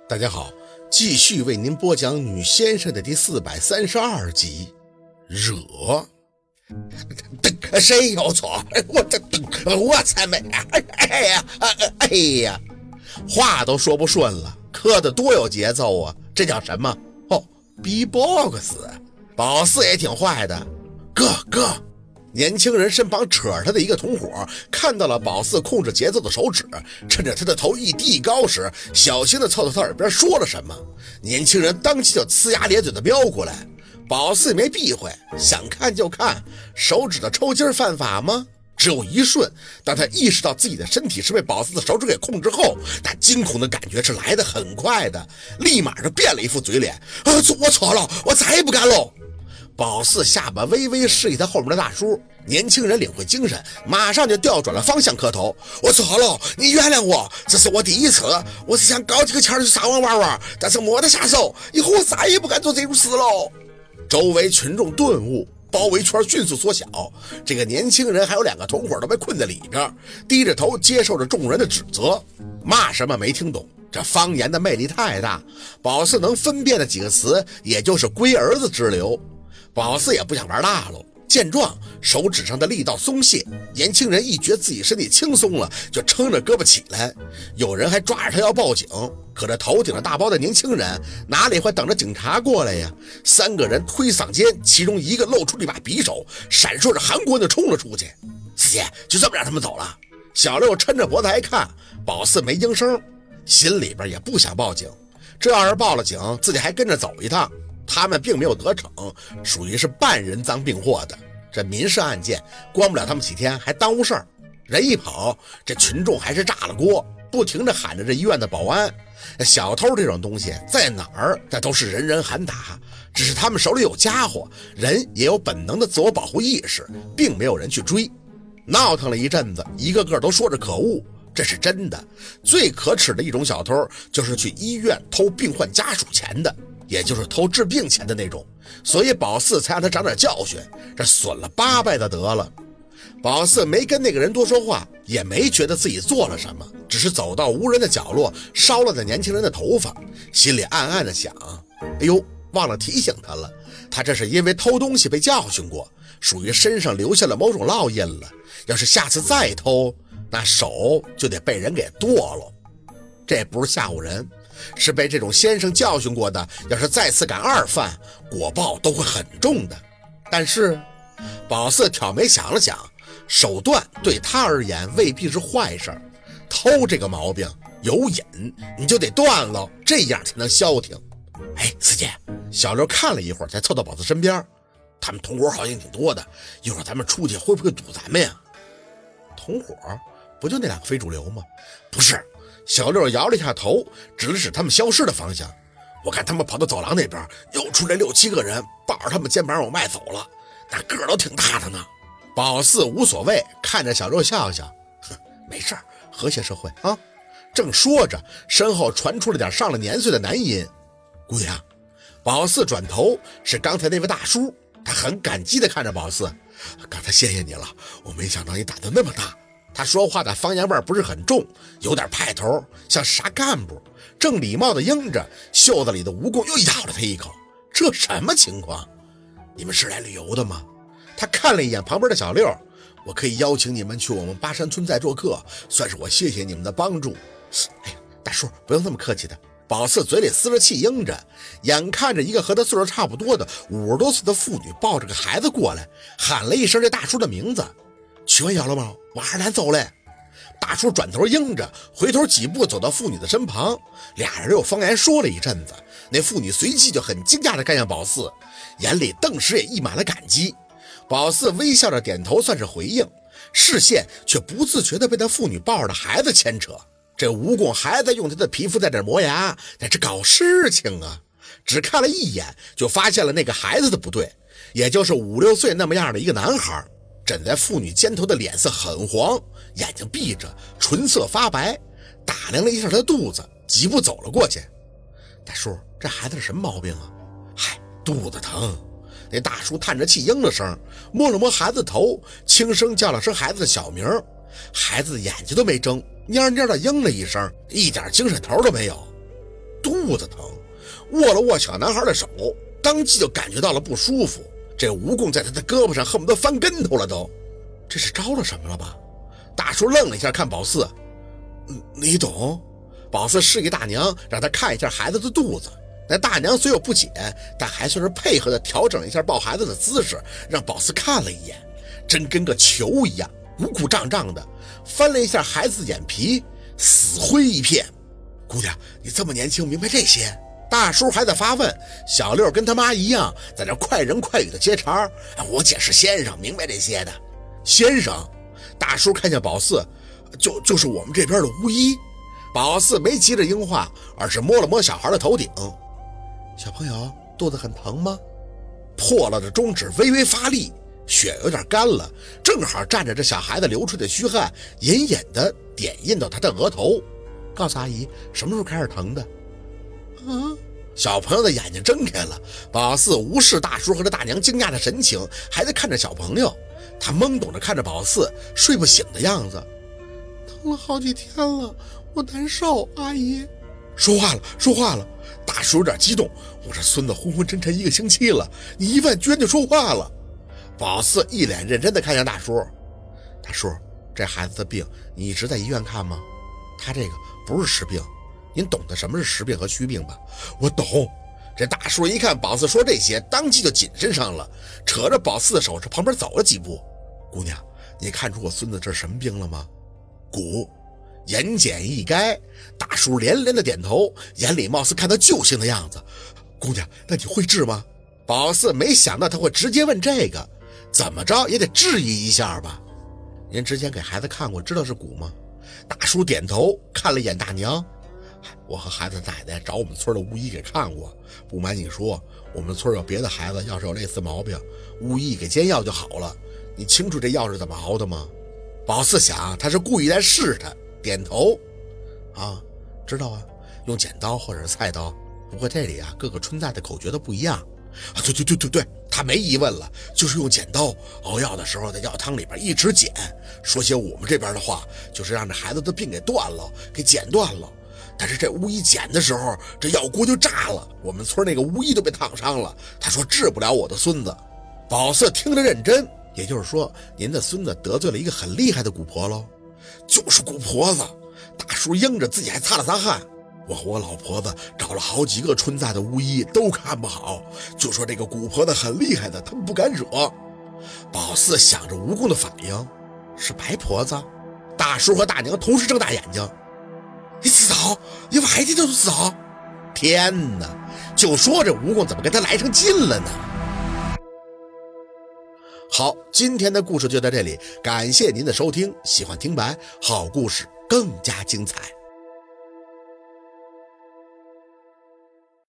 大家好，继续为您播讲《女先生》的第432集。惹，谁有错？我才没！哎呀，话都说不顺了，磕得多有节奏啊！这叫什么？哦 ，B-box。宝四也挺坏的，哥。年轻人身旁扯他的一个同伙看到了宝四控制节奏的手指，趁着他的头一递高时，小心地凑到他耳边说了什么。年轻人当即就呲牙咧嘴地瞄过来，宝四也没避讳，想看就看，手指的抽筋犯法吗？只有一瞬，当他意识到自己的身体是被宝四的手指给控制后，那惊恐的感觉是来得很快的，立马就变了一副嘴脸，我错了，我再也不敢喽。宝四下巴微微示意他后面的大叔，年轻人领会精神，马上就调转了方向磕头。我错了，你原谅我，这是我第一次，我是想搞几个钱去上网玩，但是没得下手，以后我再也不敢做这种事喽。周围群众顿悟，包围圈迅速缩小，这个年轻人还有2个同伙都被困在里边，低着头接受着众人的指责，骂什么没听懂。这方言的魅力太大，宝四能分辨的几个词也就是龟儿子之流。宝四也不想玩大了，见状手指上的力道松懈，年轻人一觉自己身体轻松了，就撑着胳膊起来，有人还抓着他要报警，可这头顶着大包的年轻人哪里会等着警察过来呀？3个人推搡间，其中一个露出了一把匕首，闪烁着寒光就冲了出去。四姐就这么让他们走了。小六抻着脖子还看，宝四没应声，心里边也不想报警，这要是报了警，自己还跟着走一趟。他们并没有得逞，属于是半人赃并获的。这民事案件关不了他们几天，还耽误事儿。人一跑，这群众还是炸了锅，不停地喊着这医院的保安。小偷这种东西在哪儿，这都是人人喊打，只是他们手里有家伙，人也有本能的自我保护意识，并没有人去追。闹腾了一阵子，一个个都说着可恶。这是真的，最可耻的一种小偷就是去医院偷病患家属钱的，也就是偷治病钱的那种，所以宝四才让他长点教训，这损了8败的得了。宝四没跟那个人多说话，也没觉得自己做了什么，只是走到无人的角落，烧了那年轻人的头发，心里暗暗的想，哎呦，忘了提醒他了，他这是因为偷东西被教训过，属于身上留下了某种烙印了，要是下次再偷，那手就得被人给剁了。这不是吓唬人，是被这种先生教训过的，要是再次敢2犯，果报都会很重的。但是宝四挑眉想了想，手段对他而言未必是坏事，偷这个毛病有瘾，你就得断了，这样才能消停。哎，四姐，小刘看了一会儿才凑到宝四身边，他们同伙好像挺多的，一会儿咱们出去会不会堵咱们呀？同伙不就那2个非主流吗？不是。小六摇了一下头，指了指他们消失的方向。我看他们跑到走廊那边，又出来6、7个人，抱着他们肩膀往外走了，那个都挺大的呢。宝四无所谓，看着小六笑笑，没事儿，和谐社会啊。正说着，身后传出了点上了年岁的男音：姑娘。宝四转头，是刚才那位大叔，他很感激地看着宝四，刚才谢谢你了，我没想到你胆子那么大。他说话的方言味不是很重，有点派头，像啥干部，正礼貌地应着，袖子里的蜈蚣又咬了他一口。这什么情况？你们是来旅游的吗？他看了一眼旁边的小六，我可以邀请你们去我们巴山村再做客，算是我谢谢你们的帮助。哎呀，大叔不用这么客气的。宝四嘴里撕着气应着，眼看着一个和他岁数差不多的50多岁的妇女抱着个孩子过来，喊了一声这大叔的名字。去完摇了吗？往二南走嘞。大叔转头应着，回头几步走到妇女的身旁，2人又方言说了一阵子。那妇女随即就很惊讶地看向宝四，眼里顿时也溢满了感激。宝四微笑着点头算是回应，视线却不自觉地被那妇女抱着的孩子牵扯。这蜈蚣还在用他的皮肤在这磨牙，在这搞事情啊！只看了一眼就发现了那个孩子的不对，也就是5、6岁那么样的一个男孩，枕在妇女肩头的脸色很黄，眼睛闭着，唇色发白，打量了一下他的肚子，几步走了过去。大叔，这孩子是什么毛病啊？嗨，肚子疼。那大叔叹着气应了声，摸了摸孩子头，轻声叫了声孩子的小名。孩子的眼睛都没睁，蔫蔫的应了一声，一点精神头都没有。肚肚子疼，握了握小男孩的手，当即就感觉到了不舒服。这蜈蚣在他的胳膊上恨不得翻跟头了都。这是招了什么了吧？大叔愣了一下，看宝四。你懂？宝四示意大娘让他看一下孩子的肚子。那大娘虽有不解，但还算是配合的调整一下抱孩子的姿势，让宝四看了一眼，真跟个球一样，鼓鼓胀胀的，翻了一下孩子的眼皮，死灰一片。姑娘，你这么年轻，明白这些？大叔还在发问，小六跟他妈一样，在那快人快语的接茬。我姐是先生，明白这些的。先生？大叔看见宝四，就是我们这边的巫医。宝四没急着应话，而是摸了摸小孩的头顶。小朋友肚子很疼吗？破了的中指微微发力，血有点干了，正好蘸着这小孩子流出的虚汗，隐隐的点印到他的额头。告诉阿姨，什么时候开始疼的？小朋友的眼睛睁开了，宝四无视大叔和这大娘惊讶的神情，还在看着小朋友。他懵懂着看着宝四睡不醒的样子。疼了好几天了，我难受，阿姨。说话了。大叔有点激动，我这孙子昏昏沉沉1个星期了，你一问居然就说话了。宝四一脸认真地看向大叔。大叔，这孩子的病你一直在医院看吗？他这个不是实病，您懂得什么是实病和虚病吧？我懂。这大叔一看宝四说这些，当即就谨慎上了，扯着宝四的手朝旁边走了几步。姑娘，你看出我孙子这是什么病了吗？蛊。言简意赅，大叔连连的点头，眼里貌似看到救星的样子。姑娘，那你会治吗？宝四没想到他会直接问这个，怎么着也得质疑一下吧。您之前给孩子看过，知道是蛊吗？大叔点头，看了一眼大娘。我和孩子奶奶找我们村的巫医给看过，不瞒你说，我们村有别的孩子要是有类似毛病，巫医给煎药就好了。你清楚这药是怎么熬的吗？宝四想他是故意在试他，点头。知道啊，用剪刀或者是菜刀，不过这里各个村寨的口诀都不一样。对，他没疑问了，就是用剪刀熬药的时候在药汤里边一直剪，说些我们这边的话，就是让这孩子的病给断了，给剪断了。但是这巫医剪的时候，这药锅就炸了，我们村那个巫医都被烫伤了，他说治不了我的孙子。宝四听着认真，也就是说您的孙子得罪了一个很厉害的蛊婆喽？就是蛊婆子。大叔应着，自己还擦了擦汗。我和我老婆子找了好几个村寨的巫医，都看不好，就说这个蛊婆子很厉害的，他们不敢惹。宝四想着蜈蚣的反应，是白婆子。大叔和大娘同时睁大眼睛。你死早，你外地都死早。天哪，就说这蜈蚣怎么跟他来上劲了呢？好，今天的故事就到这里，感谢您的收听。喜欢听白，好故事更加精彩。